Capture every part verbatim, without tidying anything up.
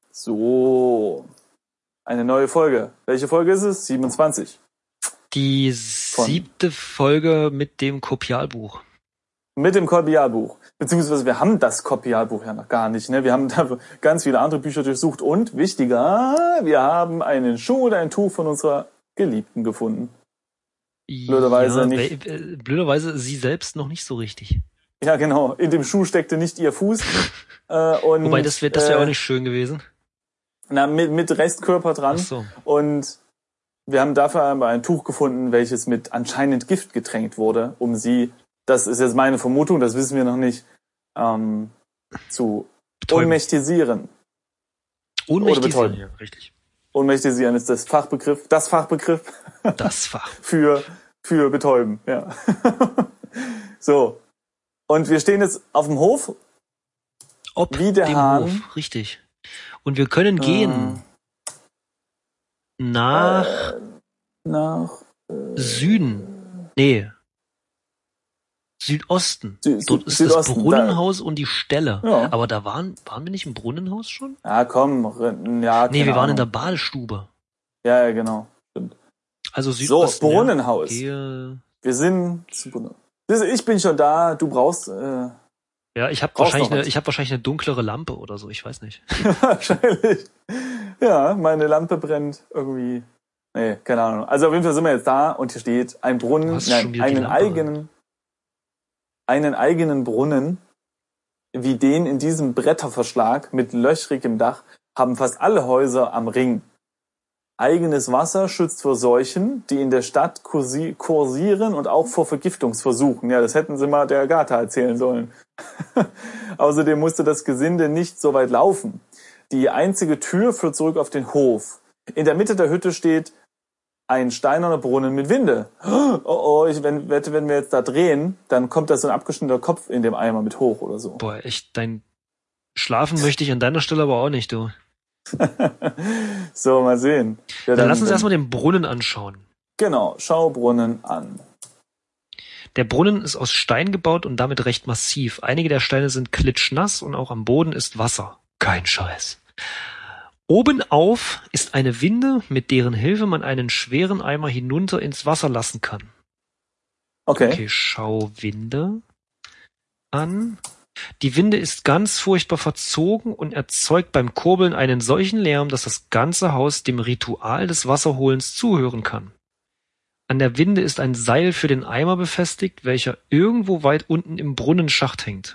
So, eine neue Folge. Welche Folge ist es? siebenundzwanzig. Die siebte Folge mit dem Kopialbuch. Mit dem Kopialbuch. Beziehungsweise wir haben das Kopialbuch ja noch gar nicht. Ne? Wir haben da ganz viele andere Bücher durchsucht. Und wichtiger, wir haben einen Schuh oder ein Tuch von unserer Geliebten gefunden. Blöderweise ja, nicht. Blöderweise sie selbst noch nicht so richtig. Ja, genau. In dem Schuh steckte nicht ihr Fuß. äh, und, Wobei, das wäre das wär äh, auch nicht schön gewesen. Na, mit, mit Restkörper dran. Ach so. Und wir haben dafür aber ein Tuch gefunden, welches mit anscheinend Gift getränkt wurde, um sie, das ist jetzt meine Vermutung, das wissen wir noch nicht, ähm, zu Betäuben. ohnmächtisieren. Ohnmächtisieren, ja, richtig. Ohnmächtisieren ist das Fachbegriff, das Fachbegriff. Das Fach. für, für betäuben, ja. So. Und wir stehen jetzt auf dem Hof. Ob wie der dem Hahn. Hof, richtig. Und wir können gehen äh, nach äh, nach äh, Süden. Nee. Südosten. Sü- Dort ist Südosten, das Brunnenhaus und die Stelle. Ja. Aber da waren, waren wir nicht im Brunnenhaus schon? Ja, komm, ja, Nee, wir waren Ahnung. in der Badestube. Ja, ja, genau. Stimmt. Also Südosten. So, Brunnenhaus. Ja. Gehe. Wir sind zu Brunnen. Ich bin schon da, du brauchst äh, Ja, ich habe Brauchst wahrscheinlich noch eine, was? ich habe wahrscheinlich eine dunklere Lampe oder so, ich weiß nicht. wahrscheinlich. Ja, meine Lampe brennt irgendwie. Nee, keine Ahnung. Also auf jeden Fall sind wir jetzt da und hier steht ein Brunnen, Du hast schon nein, wieder die einen Lampe eigenen, einen eigenen Brunnen, wie den in diesem Bretterverschlag mit löchrigem Dach, haben fast alle Häuser am Ring. Eigenes Wasser schützt vor Seuchen, die in der Stadt kursi- kursieren und auch vor Vergiftungsversuchen. Ja, das hätten sie mal der Agatha erzählen sollen. Außerdem musste das Gesinde nicht so weit laufen. Die einzige Tür führt zurück auf den Hof. In der Mitte der Hütte steht ein steinerner Brunnen mit Winde. Oh, oh, ich, wenn, wette, wenn wir jetzt da drehen, dann kommt da so ein abgeschnittener Kopf in dem Eimer mit hoch oder so. Boah, echt, dein Schlafen möchte ich an deiner Stelle aber auch nicht, du. So, mal sehen. Ja, Dann, dann lass uns erstmal den Brunnen anschauen. Genau, schau Brunnen an. Der Brunnen ist aus Stein gebaut und damit recht massiv. Einige der Steine sind klitschnass und auch am Boden ist Wasser. Kein Scheiß. Obenauf ist eine Winde, mit deren Hilfe man einen schweren Eimer hinunter ins Wasser lassen kann. Okay. Okay, schau Winde an. Die Winde ist ganz furchtbar verzogen und erzeugt beim Kurbeln einen solchen Lärm, dass das ganze Haus dem Ritual des Wasserholens zuhören kann. An der Winde ist ein Seil für den Eimer befestigt, welcher irgendwo weit unten im Brunnenschacht hängt.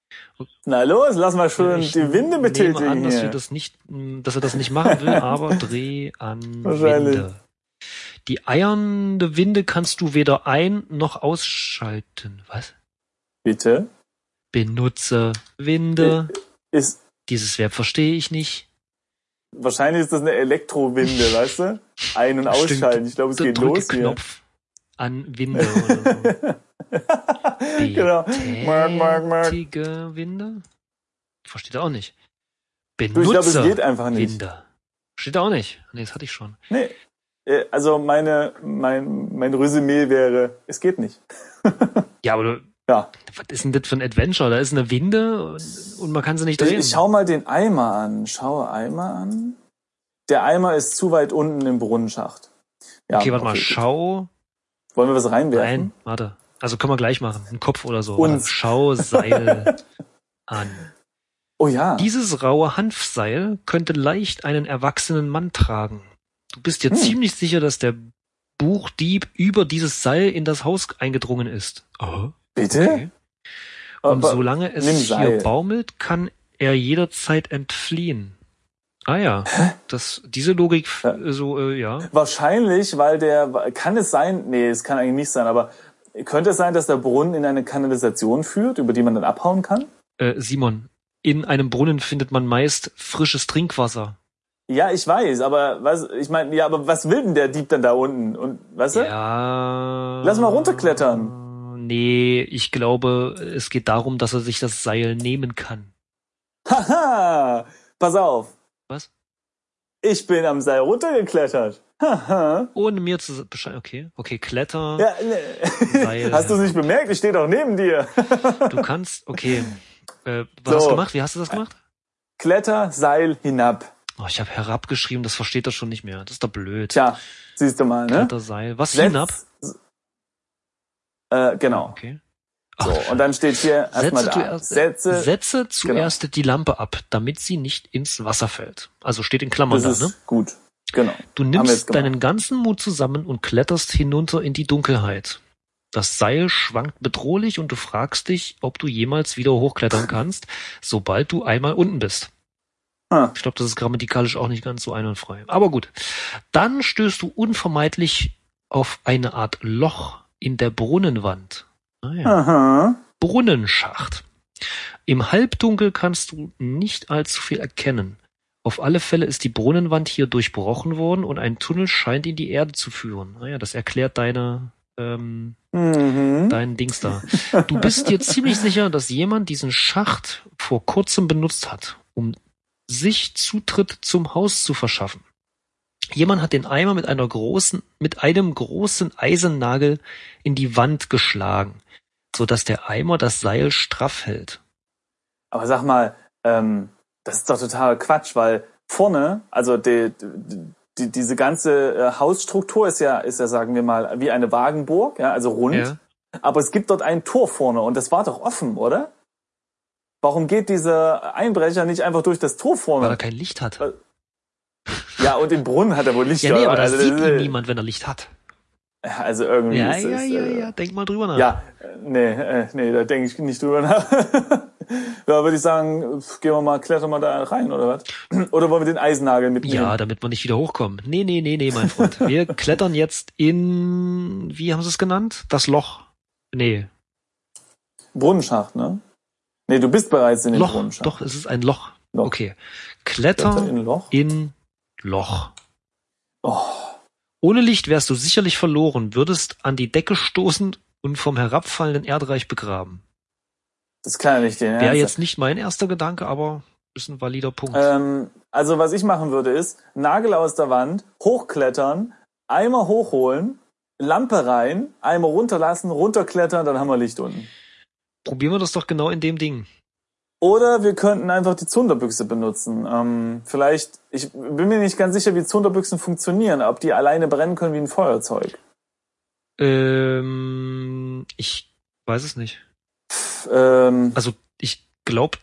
Na los, lass mal schön Ich die Winde nehme betätigen an, dass hier. wir das nicht, dass er das nicht machen will, aber dreh an Wahrscheinlich. Winde. Die eiernde Winde kannst du weder ein- noch ausschalten. Was? Bitte? Benutze Winde. Ist, Dieses Verb verstehe ich nicht. wahrscheinlich ist das eine Elektrowinde, weißt du? Ein- und ausschalten. Ich glaube, es geht Drücke los hier. Knopf an Winde oder so. Genau. Mark, mark, mark. Betätige Winde? Versteht er auch nicht. Du, ich glaube, es Benutze geht einfach nicht. Winde. Steht er auch nicht. Nee, das hatte ich schon. Nee. Äh, Also meine, mein, mein Resümee wäre, es geht nicht. Ja, aber du, Ja. was ist denn das für ein Adventure? Da ist eine Winde und, und man kann sie nicht drehen. Ich schau mal den Eimer an. Schaue Eimer an. Der Eimer ist zu weit unten im Brunnenschacht. Ja, okay, warte mal. gut. Schau. Wollen wir was reinwerfen? Nein, warte. Also können wir gleich machen. Einen Kopf oder so. Uns. Warte. Schau Seil an. Oh ja. Dieses raue Hanfseil könnte leicht einen erwachsenen Mann tragen. Du bist dir Hm. ziemlich sicher, dass der Buchdieb über dieses Seil in das Haus eingedrungen ist. Oh. Bitte? Okay. Und Aber solange es nimm hier Seil. baumelt, kann er jederzeit entfliehen. Ah ja, das, diese Logik, Ja. äh, so, äh, ja. Wahrscheinlich, weil der, kann es sein, nee, es kann eigentlich nicht sein, aber könnte es sein, dass der Brunnen in eine Kanalisation führt, über die man dann abhauen kann? Äh, Simon, in einem Brunnen findet man meist frisches Trinkwasser. Ja, ich weiß, aber was, ich meine, ja, aber was will denn der Dieb dann da unten? Und, weißt du? Ja. Lass mal runterklettern. Nee, ich glaube, es geht darum, dass er sich das Seil nehmen kann. Haha! Pass auf. Was? Ich bin am Seil runtergeklettert. Haha. Ohne mir zu Bescheid. Okay, okay, Kletter. Ja, ne. Seil. Hast du es nicht bemerkt? Ich stehe doch neben dir. Du kannst, okay. Äh, was So. hast du gemacht? Wie hast du das gemacht? Kletter, Seil hinab. Oh, ich habe herabgeschrieben, das versteht er schon nicht mehr. Das ist doch blöd. Tja, siehst du mal, ne? Kletterseil. Was Setz, hinab? Äh, genau. Okay. So, und dann steht hier erstmal Setze, da. zuerst, Setze, setze zuerst genau. die Lampe ab, damit sie nicht ins Wasser fällt. Also steht in Klammern das da, ist ne? Gut, genau. Du nimmst deinen ganzen Mut zusammen und kletterst hinunter in die Dunkelheit. Das Seil schwankt bedrohlich und du fragst dich, ob du jemals wieder hochklettern kannst, sobald du einmal unten bist. Ah. Ich glaube, das ist grammatikalisch auch nicht ganz so einwandfrei. Aber gut. Dann stößt du unvermeidlich auf eine Art Loch in der Brunnenwand. Ah ja. Aha. Brunnenschacht. Im Halbdunkel kannst du nicht allzu viel erkennen. Auf alle Fälle ist die Brunnenwand hier durchbrochen worden und ein Tunnel scheint in die Erde zu führen. Naja, das erklärt deine, ähm, mhm. deinen Dings da. Du bist dir ziemlich sicher, dass jemand diesen Schacht vor kurzem benutzt hat, um sich Zutritt zum Haus zu verschaffen. Jemand hat den Eimer mit einer großen, mit einem großen Eisennagel in die Wand geschlagen, so dass der Eimer das Seil straff hält. Aber sag mal, ähm, das ist doch total Quatsch, weil vorne, also die, die, diese ganze äh, Hausstruktur ist ja, ist ja, sagen wir mal, wie eine Wagenburg, ja, also rund. Ja. Aber es gibt dort ein Tor vorne und das war doch offen, oder? Warum geht dieser Einbrecher nicht einfach durch das Tor vorne? Weil er kein Licht hat. Ja, und im Brunnen hat er wohl Licht. Ja, nee, aber da also, sieht ihn niemand, wenn er Licht hat. Also irgendwie ja, ist ja, es... Ja, äh, ja, ja, denk mal drüber nach. Ja, nee, äh, nee, da denke ich nicht drüber nach. Da würde ich sagen, gehen wir mal, klettern wir da rein, oder was? Oder wollen wir den Eisennagel mitnehmen? Ja, damit wir nicht wieder hochkommen. Nee, nee, nee, nee, mein Freund. Wir klettern jetzt in... Wie haben sie es genannt? Das Loch. Nee. Brunnenschacht, ne? Nee, du bist bereits in dem Loch, Brunnenschacht. Doch, es ist ein Loch. Loch. Okay. Kletter, Kletter in Loch. In Loch. Oh. Ohne Licht wärst du sicherlich verloren, würdest an die Decke stoßen und vom herabfallenden Erdreich begraben. Das kann ja nicht den Ernst. Wäre jetzt nicht mein erster Gedanke, aber ist ein valider Punkt. Ähm, also was ich machen würde ist, Nagel aus der Wand, hochklettern, Eimer hochholen, Lampe rein, Eimer runterlassen, runterklettern, dann haben wir Licht unten. Probieren wir das doch genau in dem Ding. Oder wir könnten einfach die Zunderbüchse benutzen. Ähm, vielleicht, ich bin mir nicht ganz sicher, wie Zunderbüchsen funktionieren, ob die alleine brennen können wie ein Feuerzeug. Ähm, ich weiß es nicht. Pff, ähm, also ich glaube,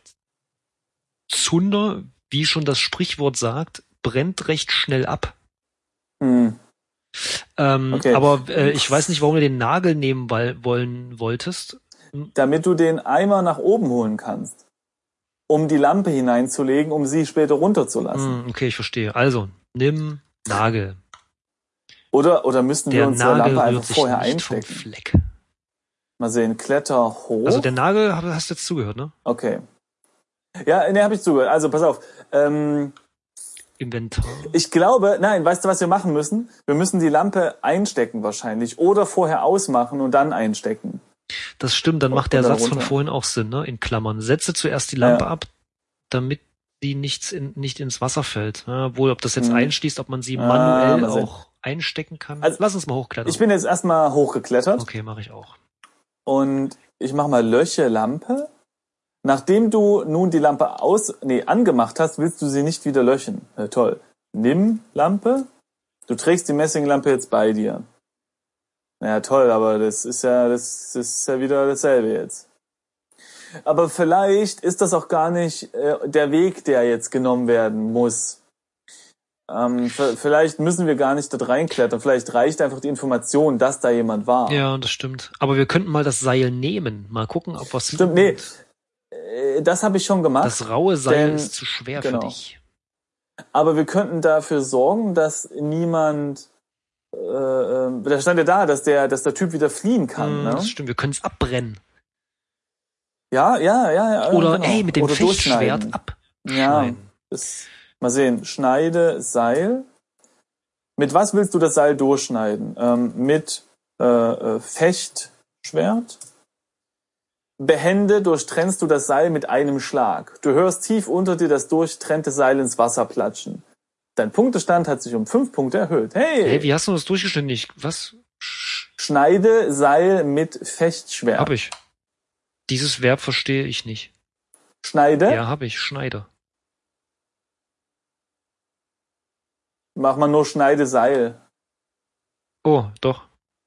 Zunder, wie schon das Sprichwort sagt, brennt recht schnell ab. Hm. Ähm, okay. Aber äh, ich weiß nicht, warum du den Nagel nehmen wollen wolltest. Damit du den Eimer nach oben holen kannst. Um die Lampe hineinzulegen, um sie später runterzulassen. Mm, okay, ich verstehe. Also, nimm Nagel. Oder, oder müssten der wir unsere Nagel Lampe einfach sich vorher nicht einstecken? Vom Fleck. Mal sehen, Kletter hoch. Also der Nagel, hast du jetzt zugehört, ne? Okay. Ja, ne, habe ich zugehört. Also, pass auf. Ähm, Inventar. Ich glaube, nein, weißt du, was wir machen müssen? Wir müssen die Lampe einstecken wahrscheinlich. Oder vorher ausmachen und dann einstecken. Das stimmt, dann macht der Satz runter. Von vorhin auch Sinn, ne? In Klammern. Setze zuerst die Lampe ja. ab, damit sie nichts in, nicht ins Wasser fällt. Ja, wohl, ob das jetzt hm. einschließt, ob man sie manuell ah, auch einstecken kann. Also, lass uns mal hochklettern. Ich bin jetzt erstmal hochgeklettert. Okay, mache ich auch. Und ich mache mal Löche Lampe. Nachdem du nun die Lampe aus, nee, angemacht hast, willst du sie nicht wieder löschen. Ja, toll. Nimm Lampe. Du trägst die Messinglampe jetzt bei dir. Naja, toll, aber das ist ja, das, das ist ja wieder dasselbe jetzt. Aber vielleicht ist das auch gar nicht äh, der Weg, der jetzt genommen werden muss. Ähm, f- vielleicht müssen wir gar nicht dort reinklettern. Vielleicht reicht einfach die Information, dass da jemand war. Ja, das stimmt. Aber wir könnten mal das Seil nehmen. Mal gucken, ob was... Stimmt, nee. Äh, das habe ich schon gemacht. Das raue Seil denn, ist zu schwer genau. für dich. Aber wir könnten dafür sorgen, dass niemand... Äh, äh, da stand ja da, dass der, dass der Typ wieder fliehen kann. Mm, ne? Das stimmt, wir können es abbrennen. Ja, ja, ja, ja. Oder genau. ey, mit dem Oder Fechtschwert abschneiden. Ja, das, mal sehen. Schneide Seil. Mit was willst du das Seil durchschneiden? Ähm, mit äh, äh, Fechtschwert. Behende durchtrennst du das Seil mit einem Schlag. Du hörst tief unter dir das durchtrennte Seil ins Wasser platschen. Dein Punktestand hat sich um fünf Punkte erhöht. Hey! Hey, wie hast du das durchgeschnitten? Ich, was? Schneide Seil mit Fechtschwert. Hab ich. Dieses Verb verstehe ich nicht. Schneide? Ja, hab ich. Schneide. Mach mal nur Schneideseil. Oh, doch.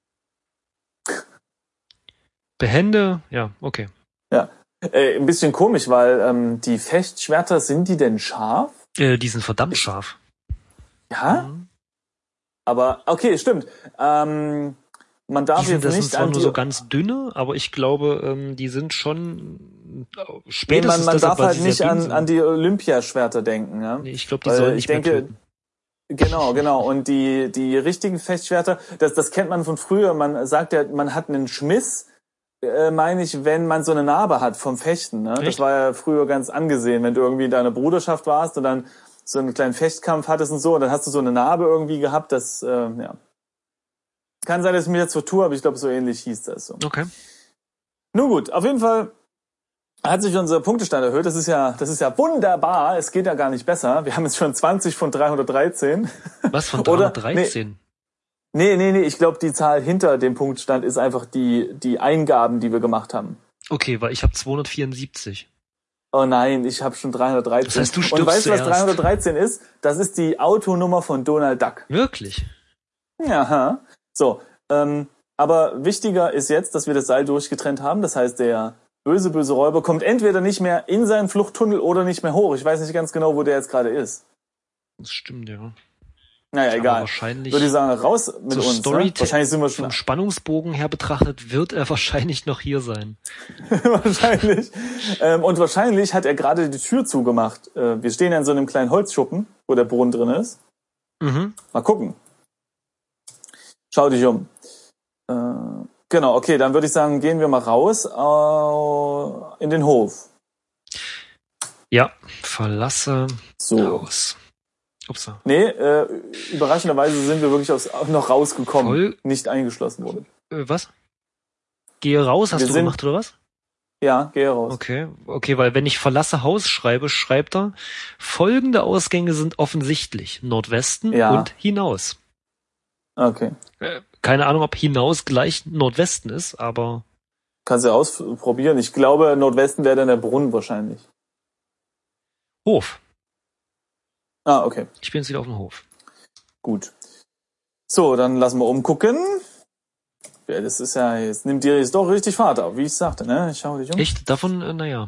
Behände, ja, okay. Ja. Äh, ein bisschen komisch, weil ähm, die Fechtschwerter, sind die denn scharf? Äh, die sind verdammt scharf. Ja? Mhm. Aber, okay, stimmt. Ähm, man darf Die sind, jetzt das nicht sind zwar an nur die... so ganz dünne, aber ich glaube, ähm, die sind schon äh, Nee, spätestens man man deshalb, darf weil halt sie nicht sehr dünn an, sind. an die Olympiaschwerter denken. Ja? Nee, ich glaube, die Weil sollen ich nicht mehr denke, töten. Genau, genau. Und die, die richtigen Fechtschwerter, das, das kennt man von früher. Man sagt ja, man hat einen Schmiss, äh, meine ich, wenn man so eine Narbe hat vom Fechten. Ne? Das Echt? war ja früher ganz angesehen, wenn du irgendwie in deiner Bruderschaft warst und dann so einen kleinen Fechtkampf hattest und so, und dann hast du so eine Narbe irgendwie gehabt. Das, äh, ja. Kann sein, dass ich mir jetzt vertue, aber ich glaube, so ähnlich hieß das so. Okay. Nun gut, auf jeden Fall hat sich unser Punktestand erhöht. Das ist ja, das ist ja wunderbar. Es geht ja gar nicht besser. Wir haben jetzt schon zwanzig von dreihundertdreizehn. Was, von Oder- dreihundertdreizehn? Nee, nee, nee, ich glaube, die Zahl hinter dem Punktstand ist einfach die, die Eingaben, die wir gemacht haben. Okay, weil ich habe zweihundertvierundsiebzig. Oh nein, ich habe schon dreihundertdreizehn. Das heißt, du Und stirbst weißt du, was zuerst. dreihundertdreizehn ist? Das ist die Autonummer von Donald Duck. Wirklich? Ja, so. Ähm, aber wichtiger ist jetzt, dass wir das Seil durchgetrennt haben. Das heißt, der böse, böse Räuber kommt entweder nicht mehr in seinen Fluchttunnel oder nicht mehr hoch. Ich weiß nicht ganz genau, wo der jetzt gerade ist. Das stimmt, ja. Naja, Aber egal. wahrscheinlich, Würde ich sagen, raus mit so uns. Story- Ne? Wahrscheinlich sind wir schon vom Spannungsbogen her betrachtet, wird er wahrscheinlich noch hier sein. wahrscheinlich. Ähm, und wahrscheinlich hat er gerade die Tür zugemacht. Äh, wir stehen ja in so einem kleinen Holzschuppen, wo der Brunnen drin ist. Mhm. Mal gucken. Schau dich um. Äh, genau, okay, dann würde ich sagen, gehen wir mal raus äh, in den Hof. Ja, verlasse So. Haus. Upsa. Nee, äh, überraschenderweise sind wir wirklich aus, noch rausgekommen. Voll- Nicht eingeschlossen wurde. Äh, was? Gehe raus, hast Wir du sind- gemacht, oder was? Ja, geh raus. Okay, okay, weil wenn ich verlasse Haus schreibe, schreibt er, folgende Ausgänge sind offensichtlich. Nordwesten Ja. und hinaus. Okay. Äh, keine Ahnung, ob hinaus gleich Nordwesten ist, aber Kannst du ausprobieren. Ich glaube, Nordwesten wäre dann der Brunnen wahrscheinlich. Hof. Ah, okay. Ich bin jetzt wieder auf dem Hof. Gut. So, dann lassen wir umgucken. Ja, das ist ja, jetzt nimmt dir jetzt doch richtig Fahrt auf, wie ich sagte, ne? Ich schau dich um. Echt? Davon, äh, naja.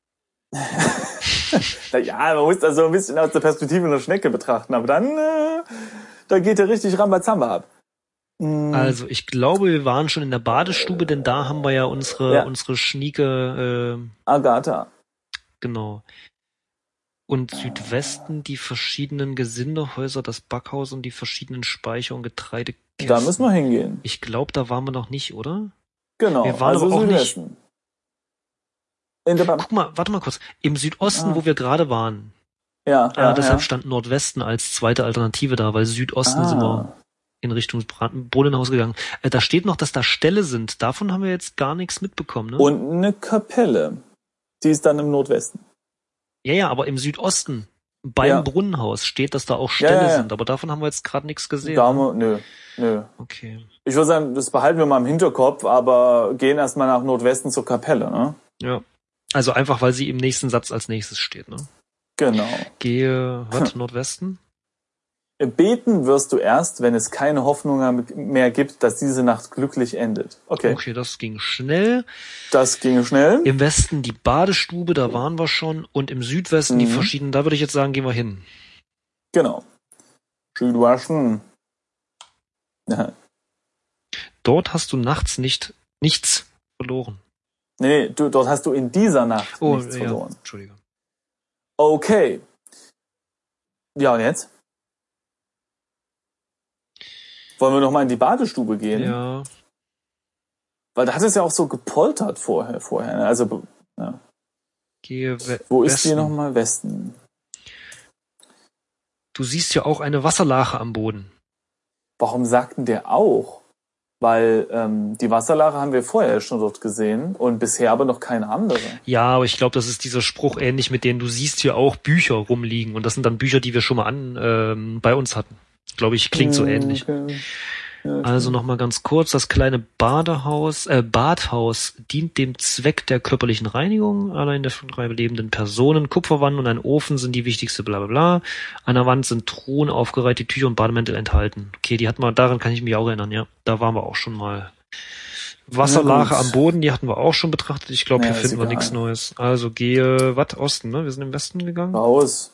Ja, man muss das so ein bisschen aus der Perspektive einer Schnecke betrachten, aber dann, äh, da geht der richtig Rambazamba ab. Mm, Also, ich glaube, wir waren schon in der Badestube, denn da haben wir ja unsere, Ja. unsere Schnieke, äh, Agatha. genau. Und Südwesten die verschiedenen Gesindehäuser, das Backhaus und die verschiedenen Speicher und Getreidekästen. Da müssen wir hingehen. Ich glaube, da waren wir noch nicht, oder? Genau. Wir waren also aber auch Südwesten. In der ba- Guck mal, warte mal kurz. Im Südosten, Ah. wo wir gerade waren, ja, äh, ja, deshalb ja. stand Nordwesten als zweite Alternative da, weil Südosten Ah. sind wir in Richtung Brand- Brunnenhaus gegangen. Äh, da steht noch, dass da Ställe sind. Davon haben wir jetzt gar nichts mitbekommen, ne? Und eine Kapelle. Die ist dann im Nordwesten. Ja, ja, aber im Südosten, beim Ja. Brunnenhaus, steht, dass da auch Ställe Ja, ja, ja. sind. Aber davon haben wir jetzt gerade nichts gesehen. Da haben ne? wir, nö, nö. Okay. Ich würde sagen, das behalten wir mal im Hinterkopf, aber gehen erstmal nach Nordwesten zur Kapelle, ne? Ja. Also einfach, weil sie im nächsten Satz als nächstes steht, ne? Genau. Gehe, was, Nordwesten? Beten wirst du erst, wenn es keine Hoffnung mehr gibt, dass diese Nacht glücklich endet. Okay, Okay, das ging schnell. das ging schnell. Im Westen die Badestube, da waren wir schon. Und im Südwesten die Mhm. verschiedenen, da würde ich jetzt sagen, gehen wir hin. Genau. Südwesten. Ja. Dort hast du nachts nicht nichts verloren. Nee, du, dort hast du in dieser Nacht Oh, nichts ja, verloren. Entschuldige. Okay. Ja, und jetzt? Wollen wir noch mal in die Badestube gehen? Ja, Weil da hat es ja auch so gepoltert vorher. vorher. ne? Also, ja. gehe we Wo ist Westen. die nochmal? Westen. Du siehst ja auch eine Wasserlache am Boden. Warum sagten der auch? Weil ähm, die Wasserlache haben wir vorher schon dort gesehen und bisher aber noch keine andere. Ja, aber ich glaube, das ist dieser Spruch ähnlich mit denen, du siehst hier auch Bücher rumliegen. Und das sind dann Bücher, die wir schon mal an ähm, bei uns hatten. Glaube ich, klingt so ähnlich. Okay. Ja, Also stimmt. nochmal ganz kurz, das kleine Badehaus, äh, Badhaus dient dem Zweck der körperlichen Reinigung allein der von drei lebenden Personen. Kupferwand und ein Ofen sind die wichtigste, bla bla bla. An der Wand sind Truhen aufgereiht, die Tücher und Bademäntel enthalten. Okay, die hatten wir, daran kann ich mich auch erinnern, ja. Da waren wir auch schon mal. Wasserlache Na am gut. Boden, die hatten wir auch schon betrachtet. Ich glaube, Naja, hier ist finden wir nichts egal. Neues. Also gehe, was, Osten, ne? Wir sind im Westen gegangen. Raus.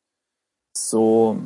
So.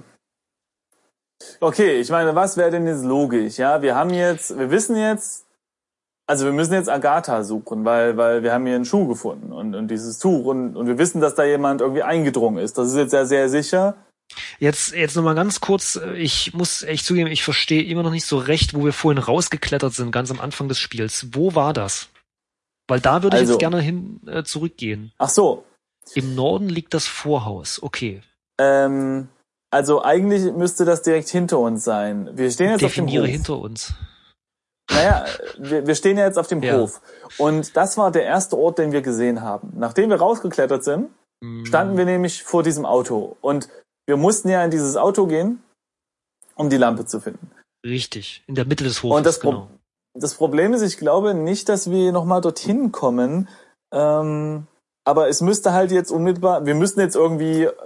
Okay, ich meine, was wäre denn jetzt logisch? Ja, wir haben jetzt, wir wissen jetzt, also wir müssen jetzt Agatha suchen, weil, weil wir haben hier einen Schuh gefunden und, und dieses Tuch und, und wir wissen, dass da jemand irgendwie eingedrungen ist. Das ist jetzt sehr, sehr sicher. Jetzt, jetzt nochmal ganz kurz, äh, ich muss echt zugeben, ich verstehe immer noch nicht so recht, wo wir vorhin rausgeklettert sind, ganz am Anfang des Spiels. Wo war das? Weil da würde ich Also, jetzt gerne hin äh, zurückgehen. ach so, Im Norden liegt das Vorhaus, okay. ähm, also eigentlich müsste das direkt hinter uns sein. Wir stehen jetzt auf dem Definiere Hof. hinter uns. Naja, wir, wir stehen ja jetzt auf dem Ja. Hof. Und das war der erste Ort, den wir gesehen haben. Nachdem wir rausgeklettert sind, Mm, standen wir nämlich vor diesem Auto. Und wir mussten ja in dieses Auto gehen, um die Lampe zu finden. Richtig, in der Mitte des Hofes, Und das, Pro genau. das Problem ist, ich glaube nicht, dass wir nochmal dorthin kommen. Ähm, aber es müsste halt jetzt unmittelbar, wir müssten jetzt irgendwie äh,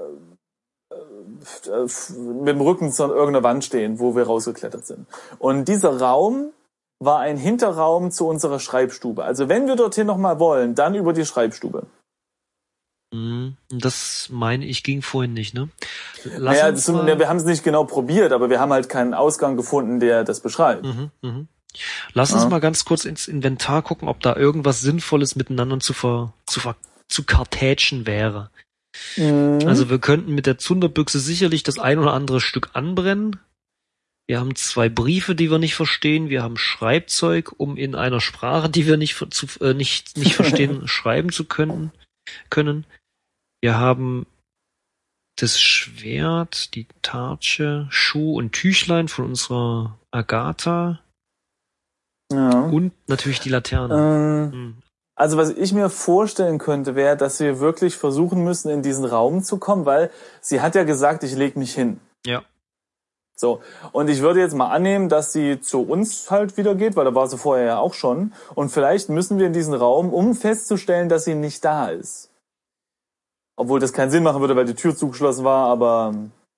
äh, mit dem Rücken zu irgendeiner Wand stehen, wo wir rausgeklettert sind. Und dieser Raum war ein Hinterraum zu unserer Schreibstube. Also wenn wir dorthin nochmal wollen, dann über die Schreibstube. Mm, das meine ich ging vorhin nicht, ne? Lass Naja, uns zum, mal... ja, wir haben es nicht genau probiert, aber wir haben halt keinen Ausgang gefunden, der das beschreibt. Mhm, mhm. Lass uns Ja. mal ganz kurz ins Inventar gucken, ob da irgendwas Sinnvolles miteinander zu ver, zu ver, zu kartätschen wäre. Mhm. Also wir könnten mit der Zunderbüchse sicherlich das ein oder andere Stück anbrennen. Wir haben zwei Briefe, die wir nicht verstehen. Wir haben Schreibzeug, um in einer Sprache, die wir nicht ver- zu, äh, nicht nicht verstehen, schreiben zu können. können. Wir haben das Schwert, die Tartsche, Schuh und Tüchlein von unserer Agatha. Ja. Und natürlich die Laterne. Ähm, Hm. Also was ich mir vorstellen könnte, wäre, dass wir wirklich versuchen müssen, in diesen Raum zu kommen, weil sie hat ja gesagt, ich leg mich hin. Ja. So, und ich würde jetzt mal annehmen, dass sie zu uns halt wieder geht, weil da war sie vorher ja auch schon. Und vielleicht müssen wir in diesen Raum, um festzustellen, dass sie nicht da ist. Obwohl das keinen Sinn machen würde, weil die Tür zugeschlossen war, aber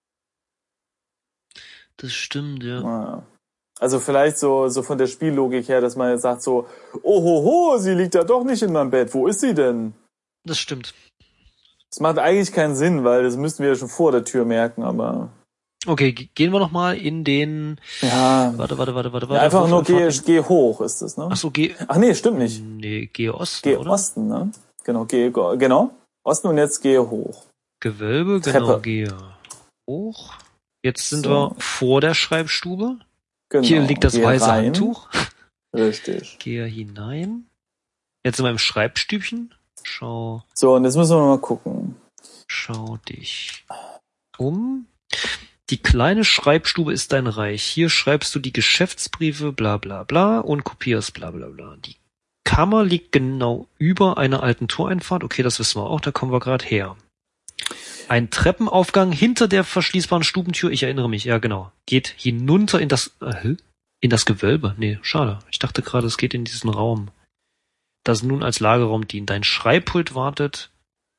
Das stimmt, ja. naja. Also vielleicht so so von der Spiellogik her, dass man jetzt sagt so, ohoho, sie liegt ja doch nicht in meinem Bett, wo ist sie denn? Das stimmt. Das macht eigentlich keinen Sinn, weil das müssten wir ja schon vor der Tür merken, aber Okay, ge- gehen wir noch mal in den... ja, Warte, warte, warte, warte. ja warte. einfach Wurf- nur geh, Fahrt- geh hoch ist es, ne? Ach so, geh... Ach nee, stimmt nicht. Nee, geh Osten, Geh oder? Osten, ne? Genau, geh genau. Osten und jetzt gehe hoch. Gewölbe, Treppe. genau, gehe hoch. Jetzt sind So. wir vor der Schreibstube. Genau. Hier liegt das geh weiße rein. Handtuch. Richtig. Gehe hinein. Jetzt sind wir im Schreibstübchen. Schau, So, und jetzt müssen wir mal gucken. schau dich um. Die kleine Schreibstube ist dein Reich. Hier schreibst du die Geschäftsbriefe, bla bla bla, und kopierst bla bla bla. Die Kammer liegt genau über einer alten Toreinfahrt. Okay, das wissen wir auch, da kommen wir gerade her. Ein Treppenaufgang hinter der verschließbaren Stubentür, ich erinnere mich, ja genau, geht hinunter in das, äh, in das Gewölbe. Nee, schade. Ich dachte gerade, es geht in diesen Raum, das nun als Lagerraum dient. Dein Schreibpult wartet.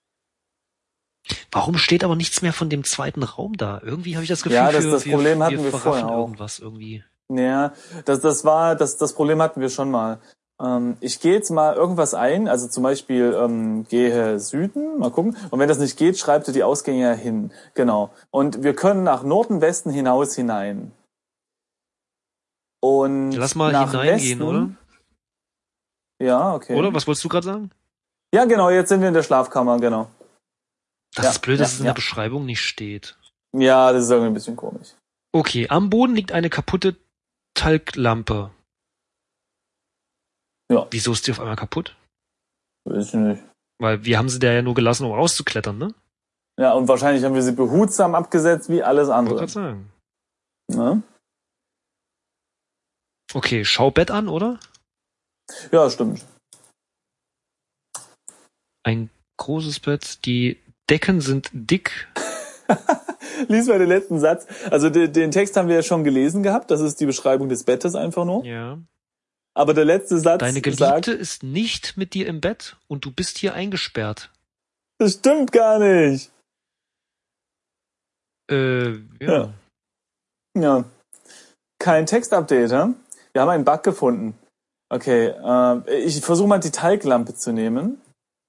Warum steht aber nichts mehr von dem zweiten Raum da? Irgendwie habe ich das Gefühl, Ja, das- wir, das Problem wir, hatten wir verraffen vorher auch. irgendwas irgendwie. Ja, das, das war, das, das Problem hatten wir schon mal. Ähm, ich gehe jetzt mal irgendwas ein, also zum Beispiel ähm, gehe Süden, mal gucken. Und wenn das nicht geht, schreibst du die Ausgänge hin. Genau. Und wir können nach Norden, Westen hinaus hinein. Und Lass mal nach hineingehen, Westen, oder? Ja, okay. Oder? Was wolltest du gerade sagen? Ja, genau, jetzt sind wir in der Schlafkammer, genau. Das Ja, ist blöd, dass ja, es in ja. der Beschreibung nicht steht. Ja, das ist irgendwie ein bisschen komisch. Okay, am Boden liegt eine kaputte Talglampe. Ja. Wieso ist die auf einmal kaputt? Weiß ich nicht. Weil wir haben sie da ja nur gelassen, um rauszuklettern, ne? Ja, und wahrscheinlich haben wir sie behutsam abgesetzt wie alles Wollte andere. gerade sagen. Ne? Okay, schau Bett an, oder? Ja, stimmt. Ein großes Bett, die Decken sind dick. Lies mal den letzten Satz. Also den, den Text haben wir ja schon gelesen gehabt. Das ist die Beschreibung des Bettes einfach nur. Ja. Aber der letzte Satz Deine Geliebte sagt, ist nicht mit dir im Bett und du bist hier eingesperrt. das stimmt gar nicht. Äh, ja. Ja. Ja. Kein Textupdate, hm? Wir haben einen Bug gefunden. Okay, äh, ich versuche mal die Teiglampe zu nehmen.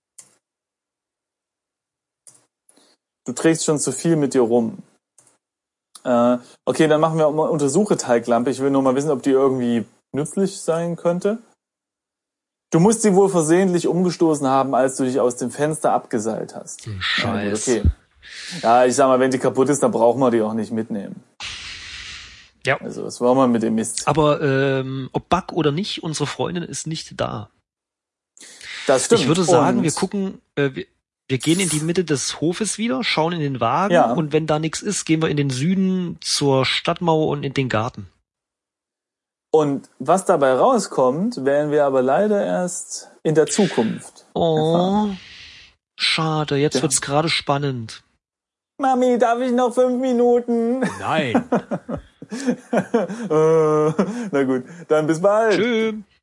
Du trägst schon zu viel mit dir rum. Äh, okay, dann machen wir mal Untersuche Teiglampe. Ich will nur mal wissen, ob die irgendwie nützlich sein könnte. Du musst sie wohl versehentlich umgestoßen haben, als du dich aus dem Fenster abgeseilt hast. Scheiß. Okay. Ja, ich sag mal, wenn die kaputt ist, dann brauchen wir die auch nicht mitnehmen. Ja. Also, was wollen wir mit dem Mist? Aber ähm, ob Bug oder nicht, unsere Freundin ist nicht da. Das stimmt. Ich würde sagen, Und wir gucken, äh, wir, wir gehen in die Mitte des Hofes wieder, schauen in den Wagen Ja. und wenn da nichts ist, gehen wir in den Süden zur Stadtmauer und in den Garten. Und was dabei rauskommt, werden wir aber leider erst in der Zukunft Oh, erfahren. schade, jetzt Ja. wird's gerade spannend. Mami, darf ich noch fünf Minuten? Nein. äh, na gut, dann bis bald. Tschüss.